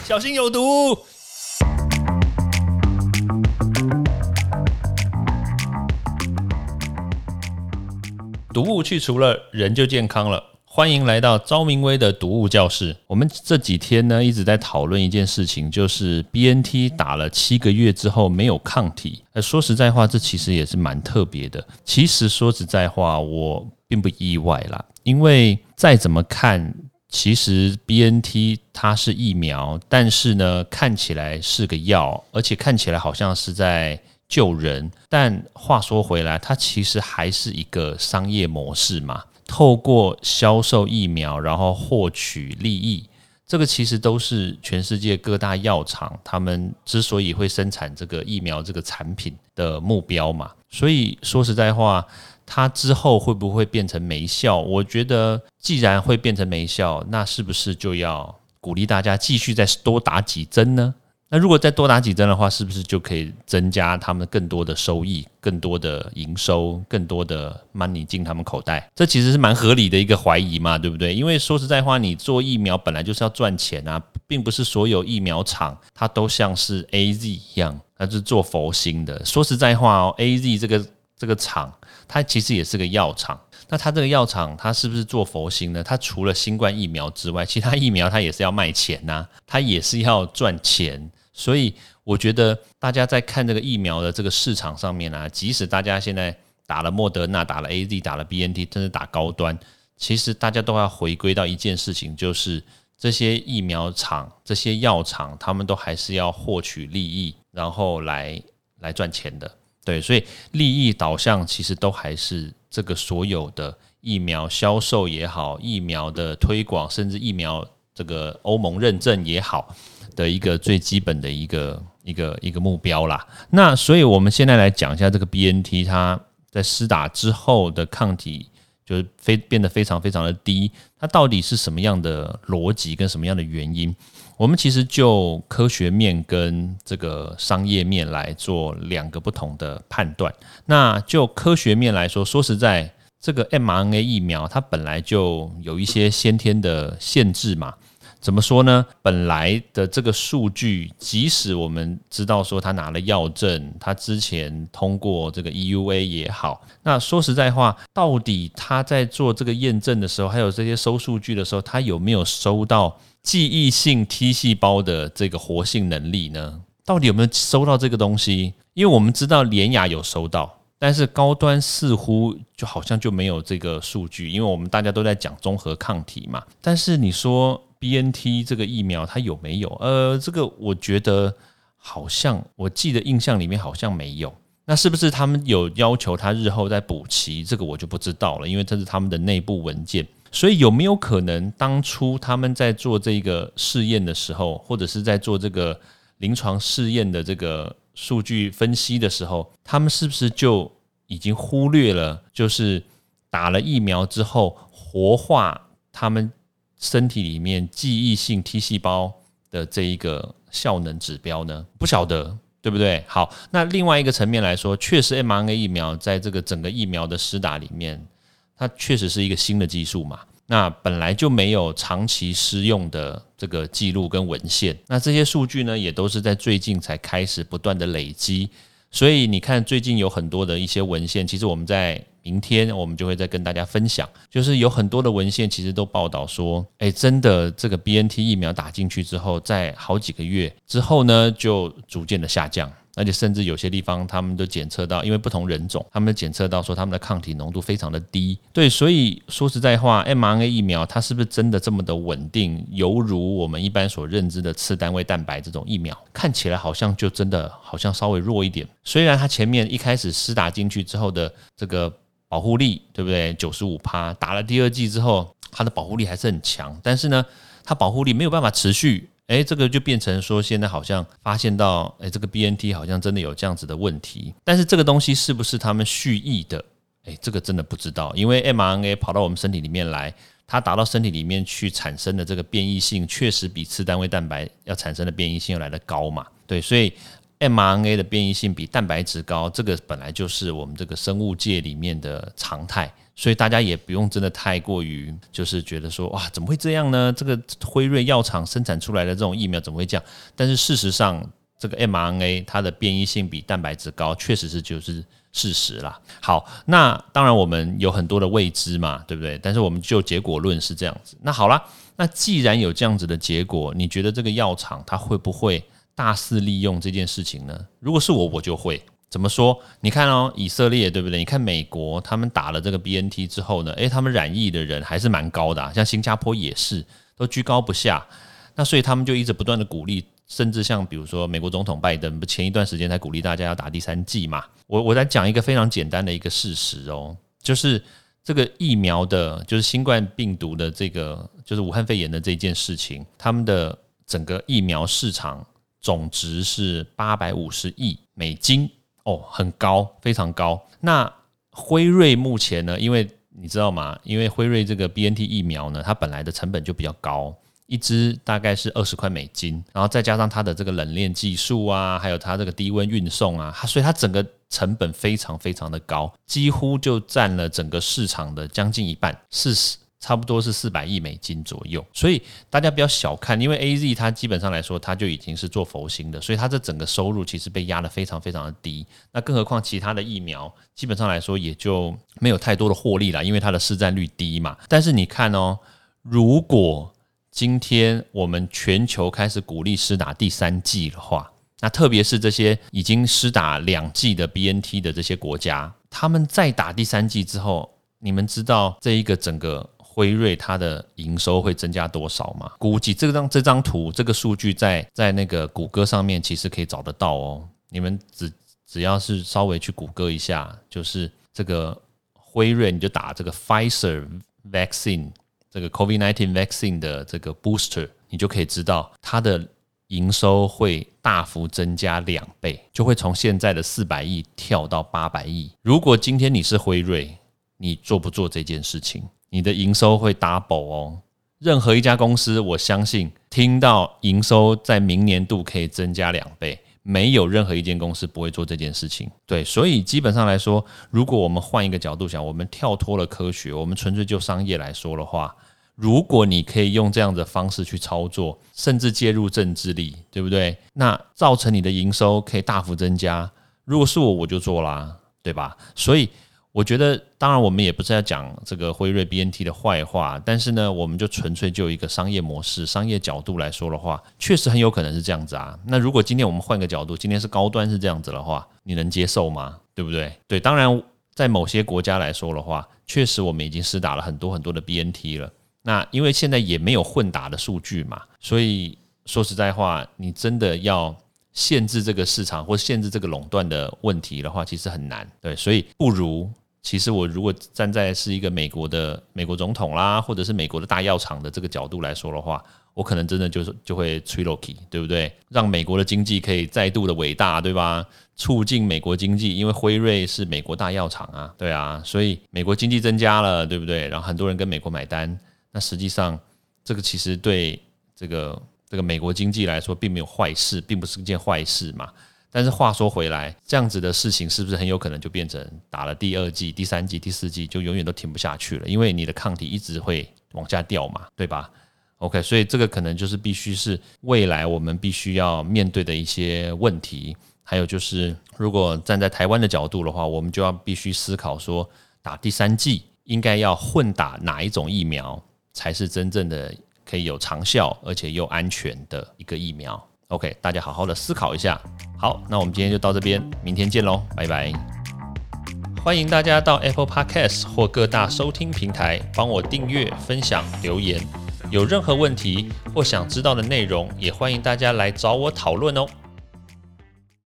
小心有毒。毒物去除了，人就健康了。欢迎来到昭明威的毒物教室。我们这几天呢一直在讨论一件事情，就是 BNT 打了7个月之后没有抗体。说实在话，这其实也是蛮特别的。其实说实在话，我并不意外啦，因为再怎么看，其实 BNT 它是疫苗，但是呢看起来是个药，而且看起来好像是在救人。但话说回来，它其实还是一个商业模式嘛。透过销售疫苗，然后获取利益，这个其实都是全世界各大药厂他们之所以会生产这个疫苗这个产品的目标嘛。所以说实在话，它之后会不会变成没效？我觉得既然会变成没效，那是不是就要鼓励大家继续再多打几针呢？那如果再多打几针的话，是不是就可以增加他们更多的收益、更多的营收、更多的 money 进他们口袋？这其实是蛮合理的一个怀疑嘛，对不对？因为说实在话，你做疫苗本来就是要赚钱啊，并不是所有疫苗厂它都像是 AZ 一样，它是做佛心的。说实在话哦 ，AZ 这个厂，它其实也是个药厂。那它这个药厂，它是不是做佛心呢？它除了新冠疫苗之外，其他疫苗它也是要卖钱啊，它也是要赚钱。所以我觉得大家在看这个疫苗的这个市场上面啊，即使大家现在打了莫德纳、打了 AZ、打了 BNT， 甚至打高端，其实大家都要回归到一件事情，就是这些疫苗厂、这些药厂，他们都还是要获取利益，然后来赚钱的。对，所以利益导向其实都还是这个所有的疫苗销售也好，疫苗的推广，甚至疫苗这个欧盟认证也好的一个最基本的一个目标啦。那所以我们现在来讲一下这个 BNT， 它在施打之后的抗体就是变得非常非常的低，它到底是什么样的逻辑跟什么样的原因？我们其实就科学面跟这个商业面来做2个不同的判断。那就科学面来说，说实在，这个 mRNA 疫苗它本来就有一些先天的限制嘛。怎么说呢？本来的这个数据，即使我们知道说他拿了药证，他之前通过这个 EUA 也好，那说实在话，到底他在做这个验证的时候，还有这些收数据的时候，他有没有收到记忆性 T 细胞的这个活性能力呢？到底有没有收到这个东西？因为我们知道联雅有收到，但是高端似乎就好像就没有这个数据，因为我们大家都在讲综合抗体嘛。但是你说BNT 这个疫苗它有没有？这个我觉得好像我记得印象里面好像没有。那是不是他们有要求他日后再补齐？这个我就不知道了，因为这是他们的内部文件。所以有没有可能当初他们在做这个试验的时候，或者是在做这个临床试验的这个数据分析的时候，他们是不是就已经忽略了，就是打了疫苗之后活化他们身体里面记忆性 T 细胞的这一个效能指标呢？不晓得，对不对？好，那另外一个层面来说，确实 mRNA 疫苗在这个整个疫苗的施打里面，它确实是一个新的技术嘛。那本来就没有长期施用的这个记录跟文献，那这些数据呢，也都是在最近才开始不断的累积。所以你看，最近有很多的一些文献，其实我们在明天我们就会再跟大家分享，就是有很多的文献其实都报道说，真的这个 BNT 疫苗打进去之后，在好几个月之后呢，就逐渐的下降。而且甚至有些地方他们都检测到，因为不同人种，他们检测到说他们的抗体浓度非常的低。对，所以说实在话 mRNA 疫苗它是不是真的这么的稳定，犹如我们一般所认知的次单位蛋白这种疫苗，看起来好像就真的好像稍微弱一点。虽然它前面一开始施打进去之后的这个保护力，对不对 95%， 打了第2剂之后它的保护力还是很强，但是呢它保护力没有办法持续。这个就变成说现在好像发现到这个 BNT 好像真的有这样子的问题，但是这个东西是不是他们蓄意的？这个真的不知道，因为 mRNA 跑到我们身体里面来，它打到身体里面去产生的这个变异性确实比次单位蛋白要产生的变异性要来得高嘛。对，所以 mRNA 的变异性比蛋白质高，这个本来就是我们这个生物界里面的常态。 所以大家也不用真的太过于就是觉得说哇怎么会这样呢？这个辉瑞药厂生产出来的这种疫苗怎么会这样？但是事实上这个 mRNA 它的变异性比蛋白质高，确实是就是事实啦。好，那当然我们有很多的未知嘛，对不对？但是我们就结果论是这样子。那好啦，那既然有这样子的结果，你觉得这个药厂它会不会大肆利用这件事情呢？如果是我就会。怎么说？你看哦，以色列对不对？你看美国，他们打了这个 BNT 之后呢，他们染疫的人还是蛮高的像新加坡也是，都居高不下。那所以他们就一直不断的鼓励，甚至像比如说美国总统拜登，前一段时间才鼓励大家要打第3剂嘛。我来讲一个非常简单的一个事实哦，就是这个疫苗的，就是新冠病毒的这个，就是武汉肺炎的这件事情，他们的整个疫苗市场总值是850亿美金。很高，非常高。那辉瑞目前呢，因为你知道吗？因为辉瑞这个 BNT 疫苗呢，它本来的成本就比较高，一支大概是20块美金，然后再加上它的这个冷链技术啊，还有它这个低温运送啊，所以它整个成本非常非常的高，几乎就占了整个市场的将近一半，40差不多是400亿美金左右，所以大家不要小看，因为 AZ 它基本上来说，它就已经是做佛心的，所以它这整个收入其实被压得非常非常的低。那更何况其他的疫苗，基本上来说也就没有太多的获利啦，因为它的市占率低嘛。但是你看哦，如果今天我们全球开始鼓励施打第3剂的话，那特别是这些已经施打2剂的 BNT 的这些国家，他们再打第3剂之后，你们知道这一个整个辉瑞它的营收会增加多少吗？估计这张图这个数据在那个谷歌上面其实可以找得到哦。你们只要是稍微去谷歌一下，就是这个辉瑞，你就打这个 Pfizer vaccine 这个 COVID-19 vaccine 的这个 booster， 你就可以知道它的营收会大幅增加2倍，就会从现在的400亿跳到800亿。如果今天你是辉瑞，你做不做这件事情？你的营收会 double 哦。任何一家公司，我相信听到营收在明年度可以增加2倍，没有任何一间公司不会做这件事情。对，所以基本上来说，如果我们换一个角度想，我们跳脱了科学，我们纯粹就商业来说的话，如果你可以用这样的方式去操作，甚至介入政治力，对不对？那造成你的营收可以大幅增加。如果是我就做啦，对吧？所以我觉得，当然我们也不是要讲这个辉瑞 BNT 的坏话，但是呢，我们就纯粹就一个商业模式、商业角度来说的话，确实很有可能是这样子啊。那如果今天我们换个角度，今天是高端是这样子的话，你能接受吗？对不对？对，当然在某些国家来说的话，确实我们已经施打了很多很多的 BNT 了。那因为现在也没有混打的数据嘛，所以说实在话，你真的要限制这个市场或限制这个垄断的问题的话，其实很难。对，所以不如。其实我如果站在是一个美国总统啦，或者是美国的大药厂的这个角度来说的话，我可能真的就会吹落去，对不对？让美国的经济可以再度的伟大，对吧？促进美国经济，因为辉瑞是美国大药厂啊，对啊，所以美国经济增加了，对不对？然后很多人跟美国买单，那实际上这个其实对这个美国经济来说并没有坏事，并不是一件坏事嘛。但是话说回来，这样子的事情是不是很有可能就变成打了第2剂、第3剂、第4剂就永远都停不下去了？因为你的抗体一直会往下掉嘛，对吧 ？OK， 所以这个可能就是必须是未来我们必须要面对的一些问题。还有就是，如果站在台湾的角度的话，我们就要必须思考说，打第3剂应该要混打哪一种疫苗才是真正的可以有长效而且又安全的一个疫苗。OK， 大家好好的思考一下。好，那我们今天就到这边，明天见咯，拜拜。欢迎大家到 Apple Podcast 或各大收听平台帮我订阅、分享、留言。有任何问题或想知道的内容，也欢迎大家来找我讨论哦。